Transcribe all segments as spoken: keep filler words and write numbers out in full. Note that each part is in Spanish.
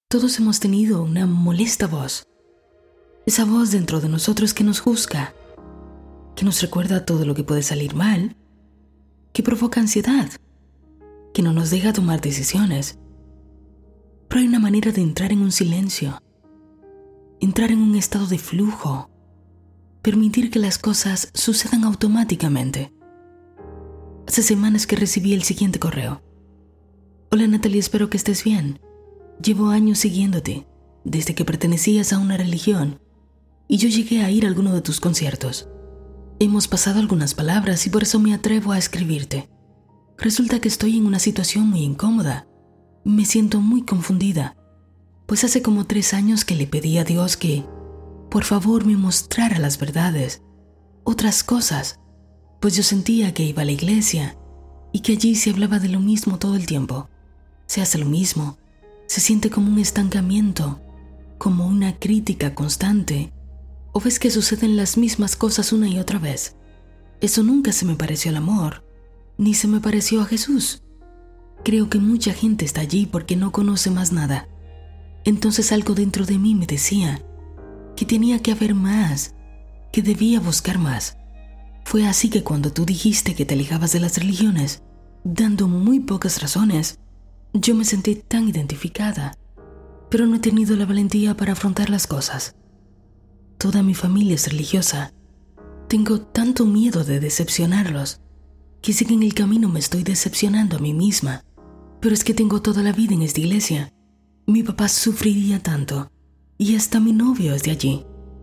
Todos hemos tenido una molesta voz. Esa voz dentro de nosotros que nos juzga, que nos recuerda todo lo que puede salir mal, que provoca ansiedad, que no nos deja tomar decisiones. Pero hay una manera de entrar en un silencio, entrar en un estado de flujo, permitir que las cosas sucedan automáticamente. Hace semanas que recibí el siguiente correo. Hola Natalie, espero que estés bien. Llevo años siguiéndote, desde que pertenecías a una religión, y yo llegué a ir a alguno de tus conciertos. Hemos pasado algunas palabras y por eso me atrevo a escribirte. Resulta que estoy en una situación muy incómoda. Me siento muy confundida, pues hace como tres años que le pedí a Dios que, por favor, me mostrara las verdades, otras cosas, pues yo sentía que iba a la iglesia y que allí se hablaba de lo mismo todo el tiempo. Se hace lo mismo, se siente como un estancamiento, como una crítica constante, o ves que suceden las mismas cosas una y otra vez. Eso nunca se me pareció al amor, ni se me pareció a Jesús. Creo que mucha gente está allí porque no conoce más nada. Entonces algo dentro de mí me decía que tenía que haber más, que debía buscar más. Fue así que cuando tú dijiste que te alejabas de las religiones, dando muy pocas razones, yo me sentí tan identificada, pero no he tenido la valentía para afrontar las cosas. Toda mi familia es religiosa. Tengo tanto miedo de decepcionarlos, que sé que en el camino me estoy decepcionando a mí misma. Pero es que tengo toda la vida en esta iglesia. Mi papá sufriría tanto, y hasta mi novio es de allí.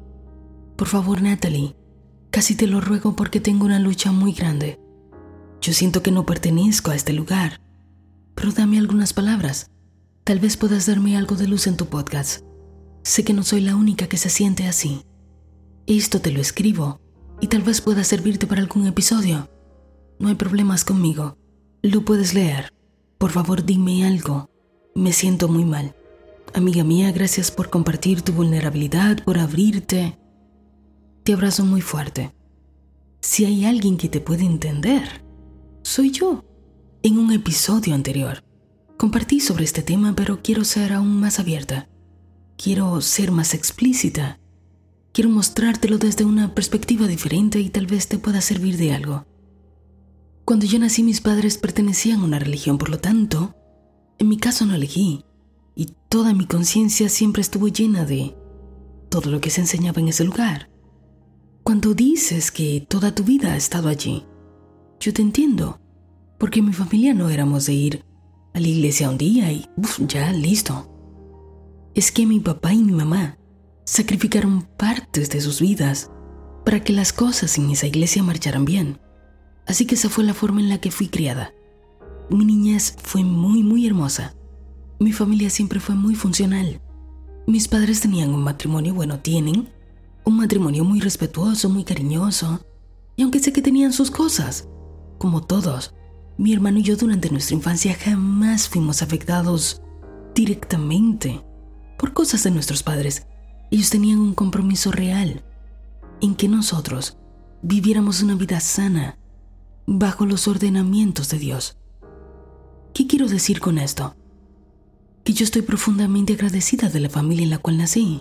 Por favor, Natalie, casi te lo ruego porque tengo una lucha muy grande. Yo siento que no pertenezco a este lugar, pero dame algunas palabras. Tal vez puedas darme algo de luz en tu podcast. Sé que no soy la única que se siente así. Esto te lo escribo y tal vez pueda servirte para algún episodio. No hay problemas conmigo. Lo puedes leer. Por favor, dime algo. Me siento muy mal. Amiga mía, gracias por compartir tu vulnerabilidad, por abrirte. Te abrazo muy fuerte. Si hay alguien que te puede entender, soy yo. En un episodio anterior, compartí sobre este tema, pero quiero ser aún más abierta. Quiero ser más explícita. Quiero mostrártelo desde una perspectiva diferente y tal vez te pueda servir de algo. Cuando yo nací, mis padres pertenecían a una religión, por lo tanto, en mi caso no elegí, y toda mi conciencia siempre estuvo llena de todo lo que se enseñaba en ese lugar. Cuando dices que toda tu vida ha estado allí, yo te entiendo, porque mi familia no éramos de ir a la iglesia un día y uf, ya listo. Es que mi papá y mi mamá sacrificaron partes de sus vidas para que las cosas en esa iglesia marcharan bien. Así que esa fue la forma en la que fui criada. Mi niñez fue muy, muy hermosa. Mi familia siempre fue muy funcional. Mis padres tenían un matrimonio, bueno, tienen un matrimonio muy respetuoso, muy cariñoso. Y aunque sé que tenían sus cosas, como todos, mi hermano y yo durante nuestra infancia jamás fuimos afectados directamente por cosas de nuestros padres. Ellos tenían un compromiso real en que nosotros viviéramos una vida sana bajo los ordenamientos de Dios. ¿Qué quiero decir con esto? Que yo estoy profundamente agradecida de la familia en la cual nací.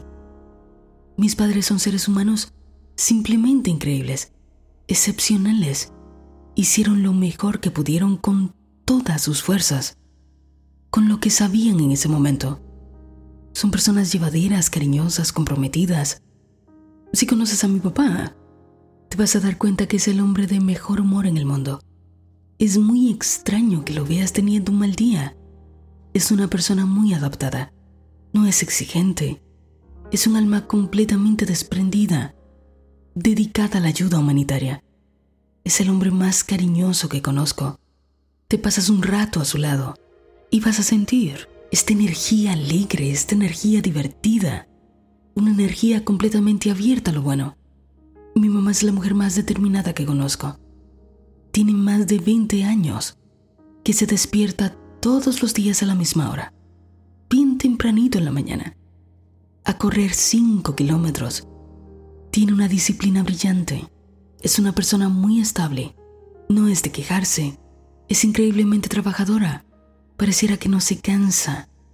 Mis padres son seres humanos simplemente increíbles, excepcionales. Hicieron lo mejor que pudieron con todas sus fuerzas, con lo que sabían en ese momento. Son personas llevaderas, cariñosas, comprometidas. Si conoces a mi papá, te vas a dar cuenta que es el hombre de mejor humor en el mundo. Es muy extraño que lo veas teniendo un mal día. Es una persona muy adaptada. No es exigente. Es un alma completamente desprendida, dedicada a la ayuda humanitaria. Es el hombre más cariñoso que conozco. Te pasas un rato a su lado y vas a sentir esta energía alegre, esta energía divertida, una energía completamente abierta a lo bueno. Mi mamá es la mujer más determinada que conozco. Tiene más de veinte años, que se despierta todos los días a la misma hora, bien tempranito en la mañana, a correr cinco kilómetros. Tiene una disciplina brillante. Es una persona muy estable. No es de quejarse. Es increíblemente trabajadora. Pareciera que no se cansa.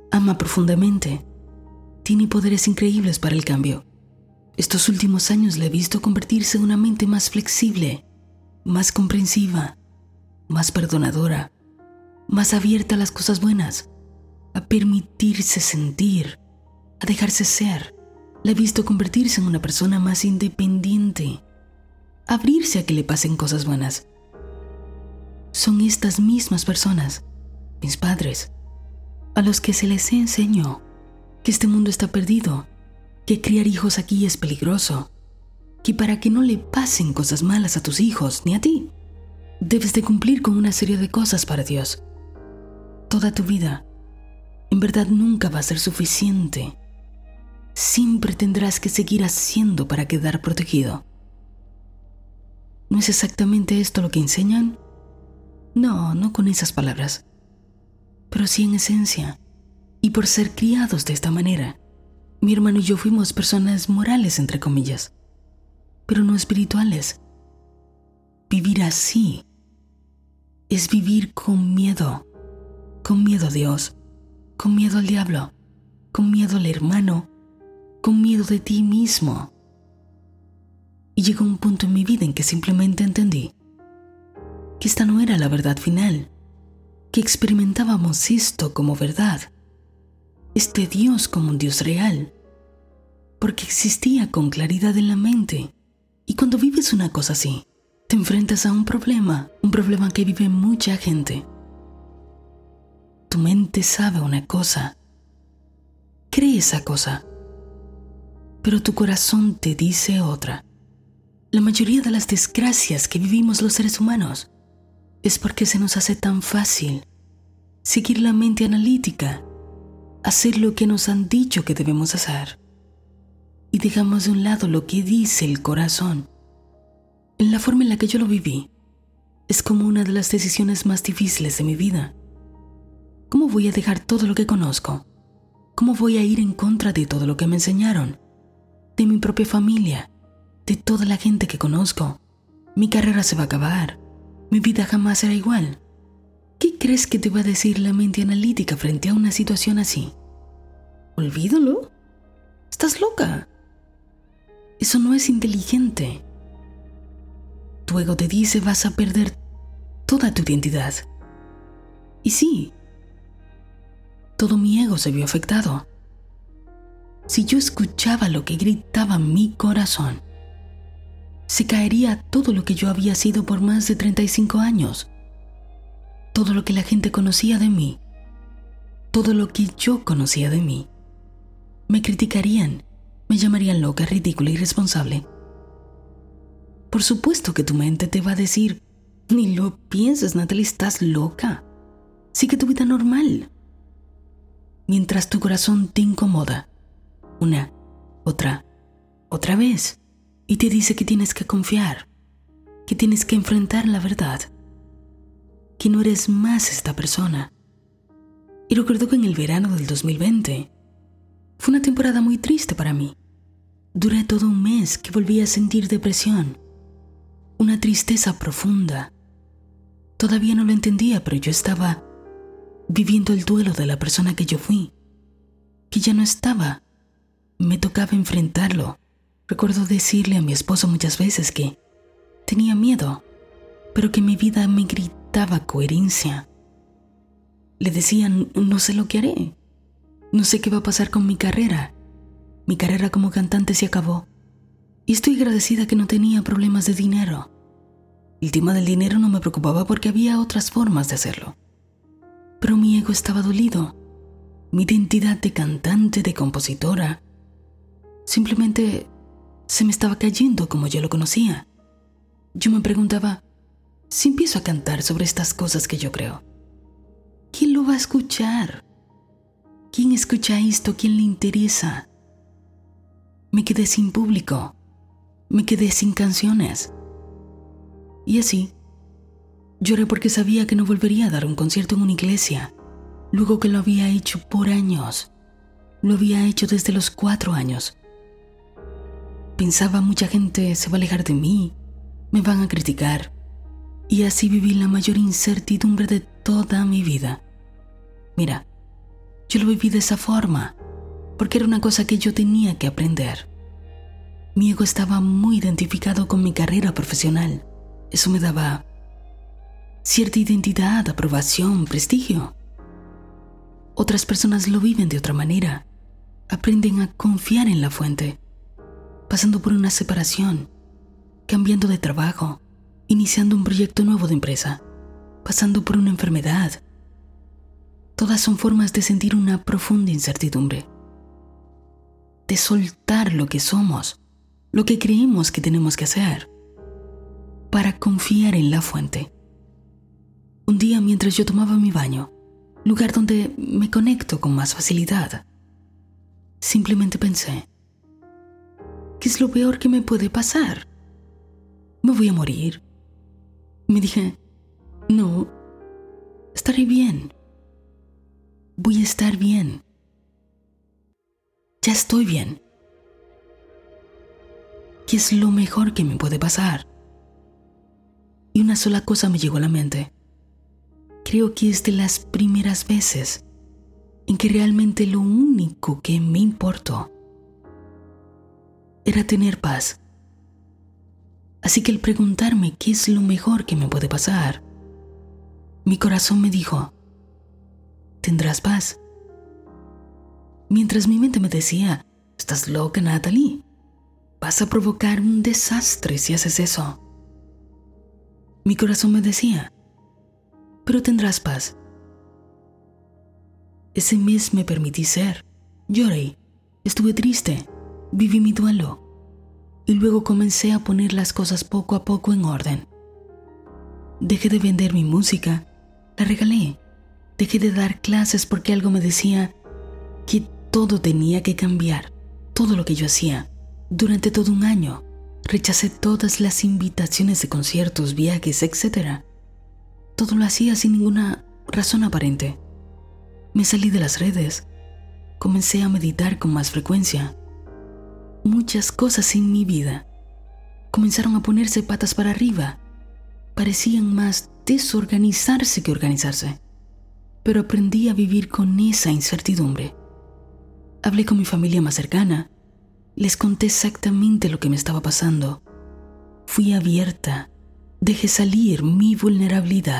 ama profundamente, tiene poderes increíbles para el cambio. Estos últimos años le he visto convertirse en una mente más flexible, más comprensiva, más perdonadora, más abierta a las cosas buenas, a permitirse sentir, a dejarse ser. La he visto convertirse en una persona más independiente, abrirse a que le pasen cosas buenas. Son estas mismas personas, mis padres, a los que se les enseñó que este mundo está perdido, que criar hijos aquí es peligroso, que para que no le pasen cosas malas a tus hijos ni a ti, debes de cumplir con una serie de cosas para Dios. Toda tu vida, en verdad, nunca va a ser suficiente. Siempre tendrás que seguir haciendo para quedar protegido. ¿No es exactamente esto lo que enseñan? No, no con esas palabras, pero sí en esencia. Y por ser criados de esta manera, mi hermano y yo fuimos personas morales, entre comillas, pero no espirituales. Vivir así es vivir con miedo, con miedo a Dios, con miedo al diablo, con miedo al hermano, con miedo de ti mismo. Y llegó un punto en mi vida en que simplemente entendí que esta no era la verdad final, que experimentábamos esto como verdad, este Dios como un Dios real, porque existía con claridad en la mente. Y cuando vives una cosa así, te enfrentas a un problema, un problema que vive mucha gente. Tu mente sabe una cosa, cree esa cosa, pero tu corazón te dice otra. La mayoría de las desgracias que vivimos los seres humanos es porque se nos hace tan fácil seguir la mente analítica, hacer lo que nos han dicho que debemos hacer, y dejamos de un lado lo que dice el corazón. En la forma en la que yo lo viví, es como una de las decisiones más difíciles de mi vida. ¿Cómo voy a dejar todo lo que conozco? ¿Cómo voy a ir en contra de todo lo que me enseñaron? De mi propia familia, de toda la gente que conozco. Mi carrera se va a acabar. Mi vida jamás será igual. ¿Qué crees que te va a decir la mente analítica frente a una situación así? Olvídalo. Estás loca. Eso no es inteligente. Tu ego te dice vas a perder toda tu identidad. Y sí, todo mi ego se vio afectado. Si yo escuchaba lo que gritaba mi corazón, se caería todo lo que yo había sido por más de treinta y cinco años. Todo lo que la gente conocía de mí, todo lo que yo conocía de mí. Me criticarían, me llamarían loca, ridícula, irresponsable. Por supuesto que tu mente te va a decir, ni lo pienses, Natalie, estás loca. Sigue tu vida normal. Mientras tu corazón te incomoda, una, otra, otra vez, y te dice que tienes que confiar, que tienes que enfrentar la verdad, que no eres más esta persona. Y recuerdo que en el verano del dos mil veinte fue una temporada muy triste para mí. Duré todo un mes que volví a sentir depresión, una tristeza profunda. Todavía no lo entendía, pero yo estaba viviendo el duelo de la persona que yo fui, que ya no estaba. Me tocaba enfrentarlo. Recuerdo decirle a mi esposo muchas veces que tenía miedo, pero que mi vida me gritaba coherencia. Le decía, no sé lo que haré, no sé qué va a pasar con mi carrera. Mi carrera como cantante se acabó y estoy agradecida que no tenía problemas de dinero. El tema del dinero no me preocupaba porque había otras formas de hacerlo. Pero mi ego estaba dolido. Mi identidad de cantante, de compositora, simplemente se me estaba cayendo como yo lo conocía. Yo me preguntaba, si empiezo a cantar sobre estas cosas que yo creo, ¿quién lo va a escuchar? ¿Quién escucha esto? ¿Quién le interesa? Me quedé sin público, me quedé sin canciones. Y así, lloré porque sabía que no volvería a dar un concierto en una iglesia, luego que lo había hecho por años. Lo había hecho desde los cuatro años. Pensaba, mucha gente se va a alejar de mí, me van a criticar. Y así viví la mayor incertidumbre de toda mi vida. Mira, Yo lo viví de esa forma, porque era una cosa que yo tenía que aprender. Mi ego estaba muy identificado con mi carrera profesional. Eso me daba cierta identidad, aprobación, prestigio. Otras personas lo viven de otra manera. Aprenden a confiar en la fuente, pasando por una separación, cambiando de trabajo, iniciando un proyecto nuevo de empresa, pasando por una enfermedad. Todas son formas de sentir una profunda incertidumbre, de soltar lo que somos, lo que creemos que tenemos que hacer, para confiar en la fuente. Un día, mientras yo tomaba mi baño, lugar donde me conecto con más facilidad, simplemente pensé, ¿qué es lo peor que me puede pasar? ¿Me voy a morir? Me dije, no, estaré bien. Voy a estar bien. Ya estoy bien. ¿Qué es lo mejor que me puede pasar? Y una sola cosa me llegó a la mente. Creo que es de las primeras veces en que realmente lo único que me importó era tener paz. Así que al preguntarme qué es lo mejor que me puede pasar, mi corazón me dijo, tendrás paz. Mientras mi mente me decía, estás loca, Natalie. Vas a provocar un desastre si haces eso. Mi corazón me decía, pero tendrás paz. Ese mes me permití ser. Lloré, estuve triste, viví mi duelo. Y luego comencé a poner las cosas poco a poco en orden. Dejé de vender mi música, la regalé. Dejé de dar clases porque algo me decía que todo tenía que cambiar. Todo lo que yo hacía. Durante todo un año, rechacé todas las invitaciones de conciertos, viajes, etcétera. Todo lo hacía sin ninguna razón aparente. Me salí de las redes. Comencé a meditar con más frecuencia. Muchas cosas en mi vida comenzaron a ponerse patas para arriba. Parecían más desorganizarse que organizarse. Pero aprendí a vivir con esa incertidumbre. Hablé con mi familia más cercana. Les conté exactamente lo que me estaba pasando. Fui abierta. Dejé salir mi vulnerabilidad.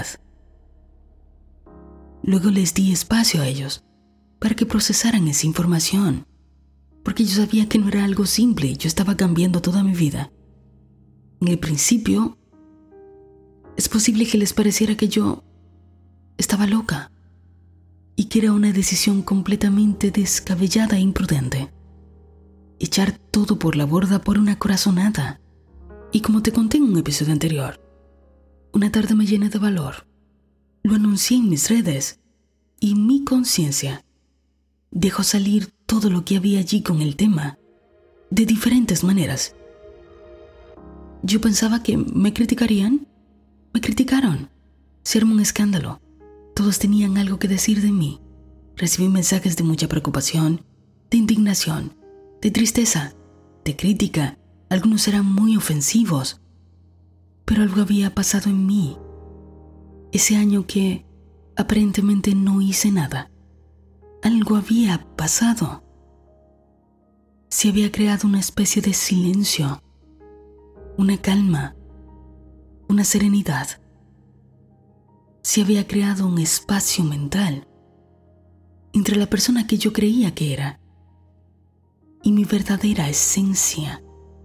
Luego les di espacio a ellos para que procesaran esa información, porque yo sabía que no era algo simple, yo estaba cambiando toda mi vida. En el principio, es posible que les pareciera que yo estaba loca y que era una decisión completamente descabellada e imprudente. Echar todo por la borda por una corazonada. Y como te conté en un episodio anterior, una tarde me llené de valor. Lo anuncié en mis redes y mi conciencia dejó salir todo lo que había allí con el tema de diferentes maneras. Yo pensaba que me criticarían. Me criticaron. Se armó un escándalo. Todos tenían algo que decir de mí. Recibí mensajes de mucha preocupación, de indignación, de tristeza, de crítica. Algunos eran muy ofensivos. Pero algo había pasado en mí. Ese año que aparentemente no hice nada. Algo había pasado. Se había creado una especie de silencio, una calma, una serenidad. Se había creado un espacio mental entre la persona que yo creía que era y mi verdadera esencia.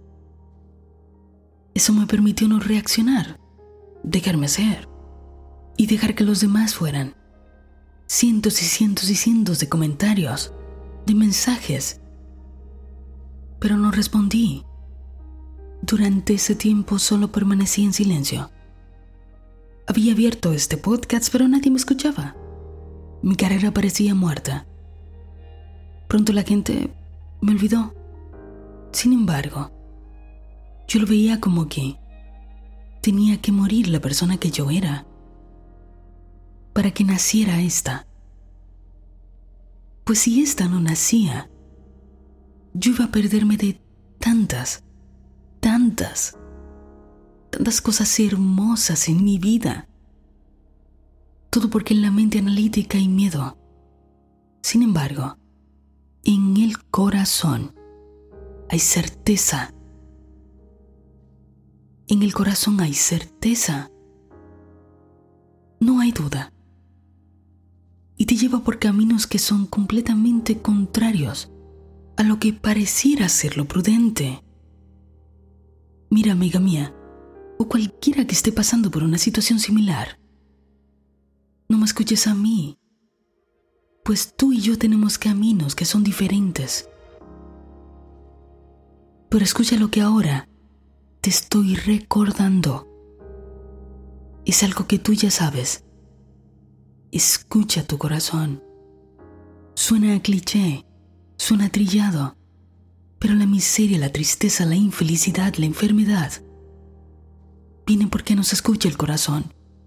Eso me permitió no reaccionar, dejarme ser y dejar que los demás fueran. Cientos y cientos y cientos de comentarios, de mensajes. Pero no respondí. Durante ese tiempo solo permanecí en silencio. Había abierto este podcast, pero nadie me escuchaba. Mi carrera parecía muerta. Pronto la gente me olvidó. Sin embargo, yo lo veía como que tenía que morir la persona que yo era para que naciera esta. Pues si esta no nacía, yo iba a perderme de tantas, tantas, tantas cosas hermosas en mi vida. Todo porque en la mente analítica hay miedo. Sin embargo, en el corazón hay certeza. En el corazón hay certeza. No hay duda. Y te lleva por caminos que son completamente contrarios a lo que pareciera ser lo prudente. Mira, amiga mía, o cualquiera que esté pasando por una situación similar, no me escuches a mí, pues tú y yo tenemos caminos que son diferentes. Pero escucha lo que ahora te estoy recordando. Es algo que tú ya sabes. Escucha tu corazón. Suena a cliché, suena trillado, pero la miseria, la tristeza, la infelicidad, la enfermedad vienen porque nos escucha el corazón.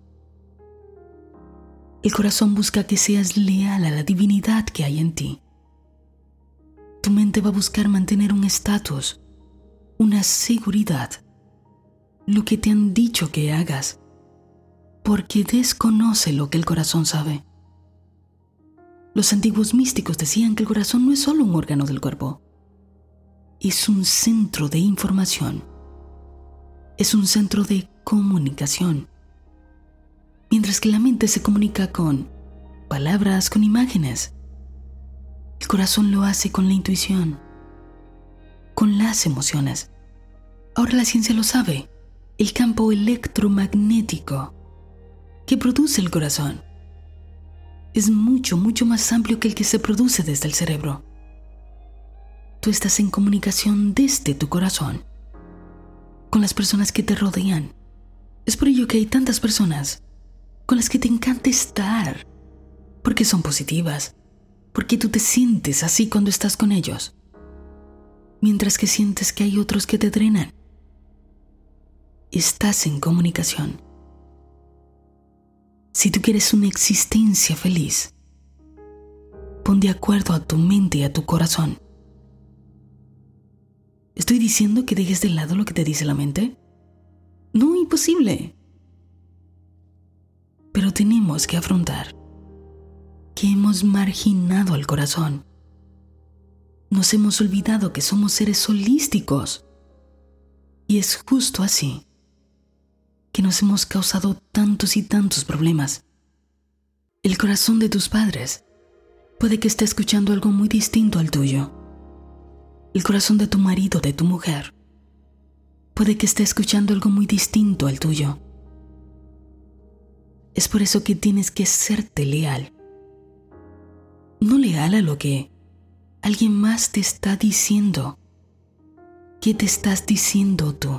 El corazón busca que seas leal a la divinidad que hay en ti. Tu mente va a buscar mantener un estatus, una seguridad, lo que te han dicho que hagas, porque desconoce lo que el corazón sabe. Los antiguos místicos decían que el corazón no es solo un órgano del cuerpo, es un centro de información, es un centro de comunicación. Mientras que la mente se comunica con palabras, con imágenes, el corazón lo hace con la intuición, con las emociones. Ahora la ciencia lo sabe, el campo electromagnético que produce el corazón es mucho, mucho más amplio que el que se produce desde el cerebro. Tú estás en comunicación desde tu corazón, con las personas que te rodean. Es por ello que hay tantas personas con las que te encanta estar, porque son positivas, porque tú te sientes así cuando estás con ellos, mientras que sientes que hay otros que te drenan. Estás en comunicación. Si tú quieres una existencia feliz, pon de acuerdo a tu mente y a tu corazón. ¿Estoy diciendo que dejes de lado lo que te dice la mente? No, imposible. Pero tenemos que afrontar que hemos marginado al corazón. Nos hemos olvidado que somos seres holísticos. Y es justo así que nos hemos causado tantos y tantos problemas. El corazón de tus padres puede que esté escuchando algo muy distinto al tuyo. El corazón de tu marido, de tu mujer, puede que esté escuchando algo muy distinto al tuyo. Es por eso que tienes que serte leal. No leal a lo que alguien más te está diciendo. ¿Qué te estás diciendo tú?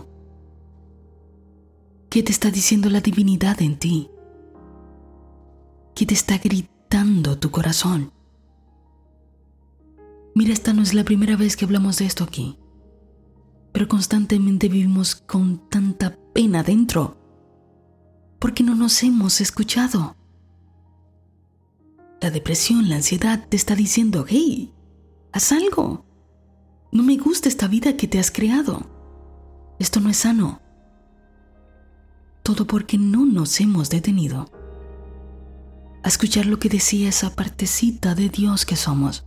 ¿Qué te está diciendo la divinidad en ti? ¿Qué te está gritando tu corazón? Mira, esta no es la primera vez que hablamos de esto aquí, pero constantemente vivimos con tanta pena dentro, porque no nos hemos escuchado. La depresión, la ansiedad te está diciendo, hey, haz algo. No me gusta esta vida que te has creado. Esto no es sano. Todo porque no nos hemos detenido a escuchar lo que decía esa partecita de Dios que somos.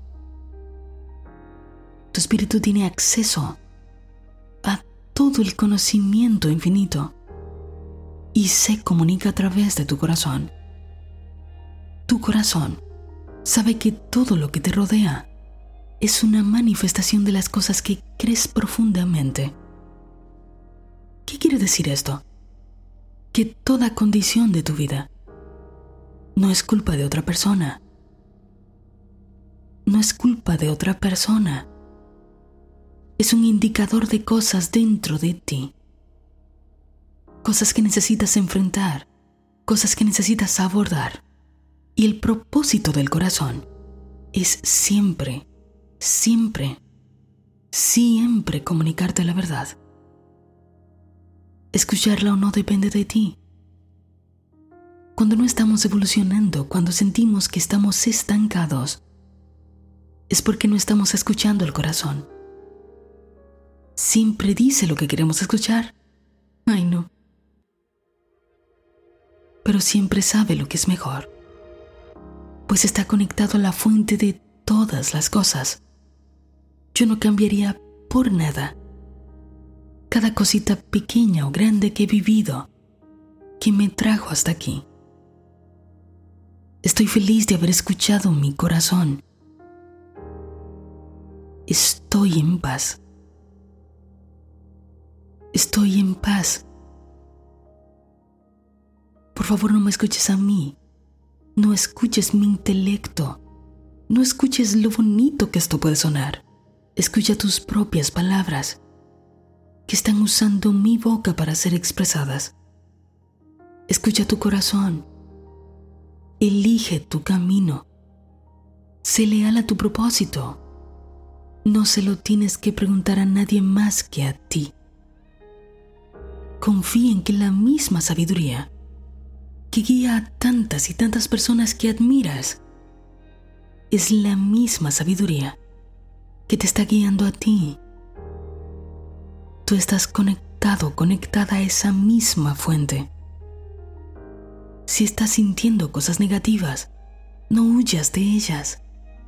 Tu espíritu tiene acceso a todo el conocimiento infinito y se comunica a través de tu corazón. Tu corazón sabe que todo lo que te rodea es una manifestación de las cosas que crees profundamente. ¿Qué quiere decir esto? Que toda condición de tu vida no es culpa de otra persona. No es culpa de otra persona. Es un indicador de cosas dentro de ti. Cosas que necesitas enfrentar, cosas que necesitas abordar. Y el propósito del corazón es siempre, siempre, siempre comunicarte la verdad. Escucharla o no depende de ti. Cuando no estamos evolucionando, cuando sentimos que estamos estancados, es porque no estamos escuchando el corazón. Siempre dice lo que queremos escuchar. Ay, no. Pero siempre sabe lo que es mejor. pues está conectado a la fuente de todas las cosas. Yo no cambiaría por nada cada cosita pequeña o grande que he vivido, que me trajo hasta aquí. Estoy feliz de haber escuchado mi corazón. Estoy en paz. Estoy en paz. Por favor, no me escuches a mí. No escuches mi intelecto. No escuches lo bonito que esto puede sonar. Escucha tus propias palabras, que están usando mi boca para ser expresadas. Escucha tu corazón. Elige tu camino. Sé leal a tu propósito. No se lo tienes que preguntar a nadie más que a ti. Confía en que la misma sabiduría que guía a tantas y tantas personas que admiras es la misma sabiduría que te está guiando a ti. Tú estás conectado, conectada a esa misma fuente. Si estás sintiendo cosas negativas, no huyas de ellas.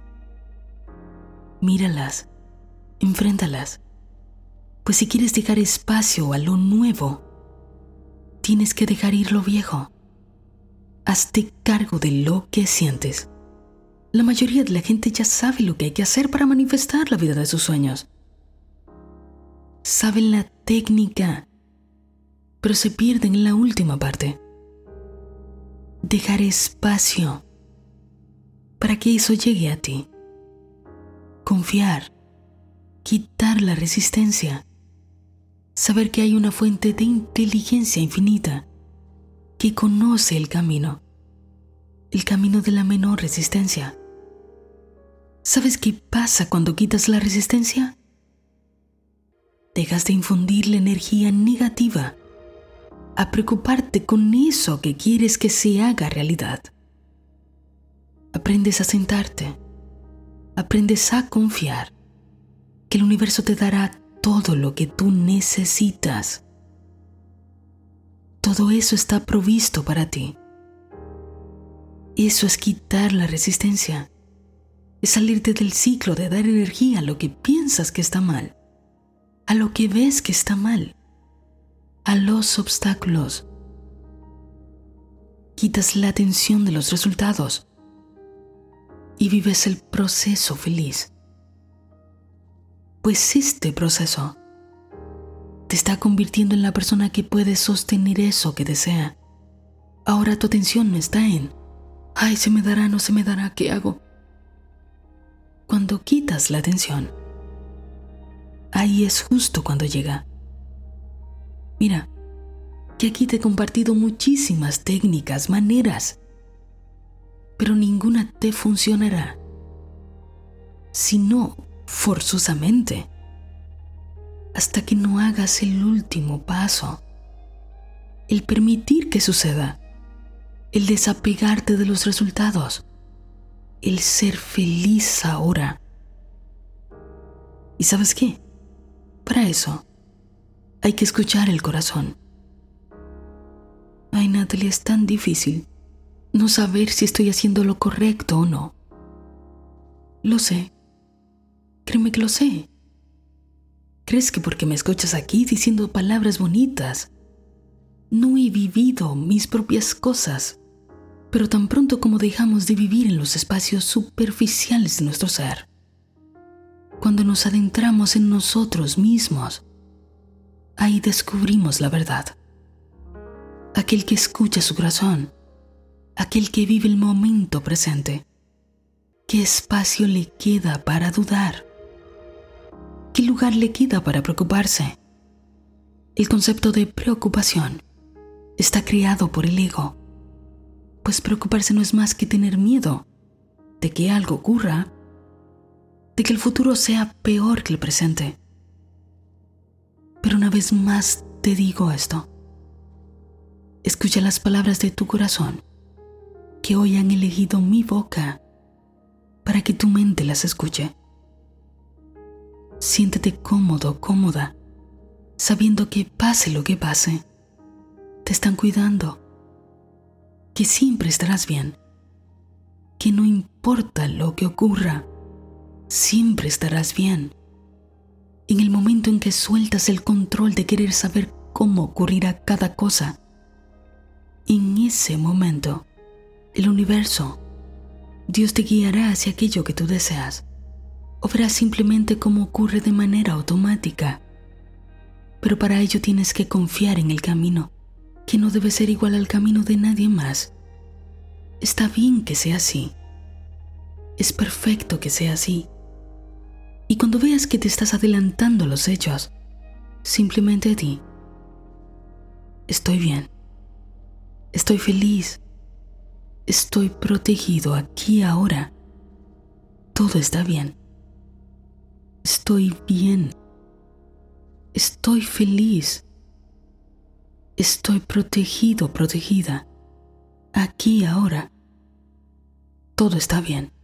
Míralas, enfréntalas, pues si quieres dejar espacio a lo nuevo, tienes que dejar ir lo viejo. Hazte cargo de lo que sientes. La mayoría de la gente ya sabe lo que hay que hacer para manifestar la vida de sus sueños. Saben la técnica, pero se pierden en la última parte. Dejar espacio para que eso llegue a ti. Confiar, quitar la resistencia, saber que hay una fuente de inteligencia infinita que conoce el camino, el camino de la menor resistencia. ¿Sabes qué pasa cuando quitas la resistencia? Dejas de infundirle energía negativa a preocuparte con eso que quieres que se haga realidad. Aprendes a sentarte, aprendes a confiar que el universo te dará todo lo que tú necesitas. Todo eso está provisto para ti. Eso es quitar la resistencia, es salirte del ciclo de dar energía a lo que piensas que está mal, a lo que ves que está mal, a los obstáculos. Quitas la atención de los resultados y vives el proceso feliz. Pues este proceso te está convirtiendo en la persona que puede sostener eso que desea. Ahora tu atención no está en, ay, se me dará, no se me dará, ¿qué hago? Cuando quitas la atención, ahí es justo cuando llega. Mira, que aquí te he compartido muchísimas técnicas, maneras, pero ninguna te funcionará si no forzosamente, hasta que no hagas el último paso, el permitir que suceda, el desapegarte de los resultados, el ser feliz ahora. ¿Y sabes qué? Para eso hay que escuchar el corazón. Ay, Natalie, es tan difícil no saber si estoy haciendo lo correcto o no. Lo sé. Créeme que lo sé. ¿Crees que porque me escuchas aquí diciendo palabras bonitas, no he vivido mis propias cosas? Pero tan pronto como dejamos de vivir en los espacios superficiales de nuestro ser, cuando nos adentramos en nosotros mismos, ahí descubrimos la verdad. Aquel que escucha su corazón, aquel que vive el momento presente, ¿qué espacio le queda para dudar? ¿Qué lugar le queda para preocuparse? El concepto de preocupación está creado por el ego, pues preocuparse no es más que tener miedo de que algo ocurra, de que el futuro sea peor que el presente. Pero una vez más te digo esto. Escucha las palabras de tu corazón, que hoy han elegido mi boca para que tu mente las escuche. Siéntete cómodo, cómoda, sabiendo que pase lo que pase, te están cuidando, que siempre estarás bien, que no importa lo que ocurra, siempre estarás bien. En el momento en que sueltas el control de querer saber cómo ocurrirá cada cosa, en ese momento, el universo, Dios te guiará hacia aquello que tú deseas, o verás simplemente cómo ocurre de manera automática. Pero para ello tienes que confiar en el camino, que no debe ser igual al camino de nadie más. Está bien que sea así. Es perfecto que sea así. Y cuando veas que te estás adelantando a los hechos, simplemente di: estoy bien, estoy feliz, estoy protegido aquí ahora, todo está bien, estoy bien, estoy feliz, estoy protegido, protegida, aquí ahora, todo está bien.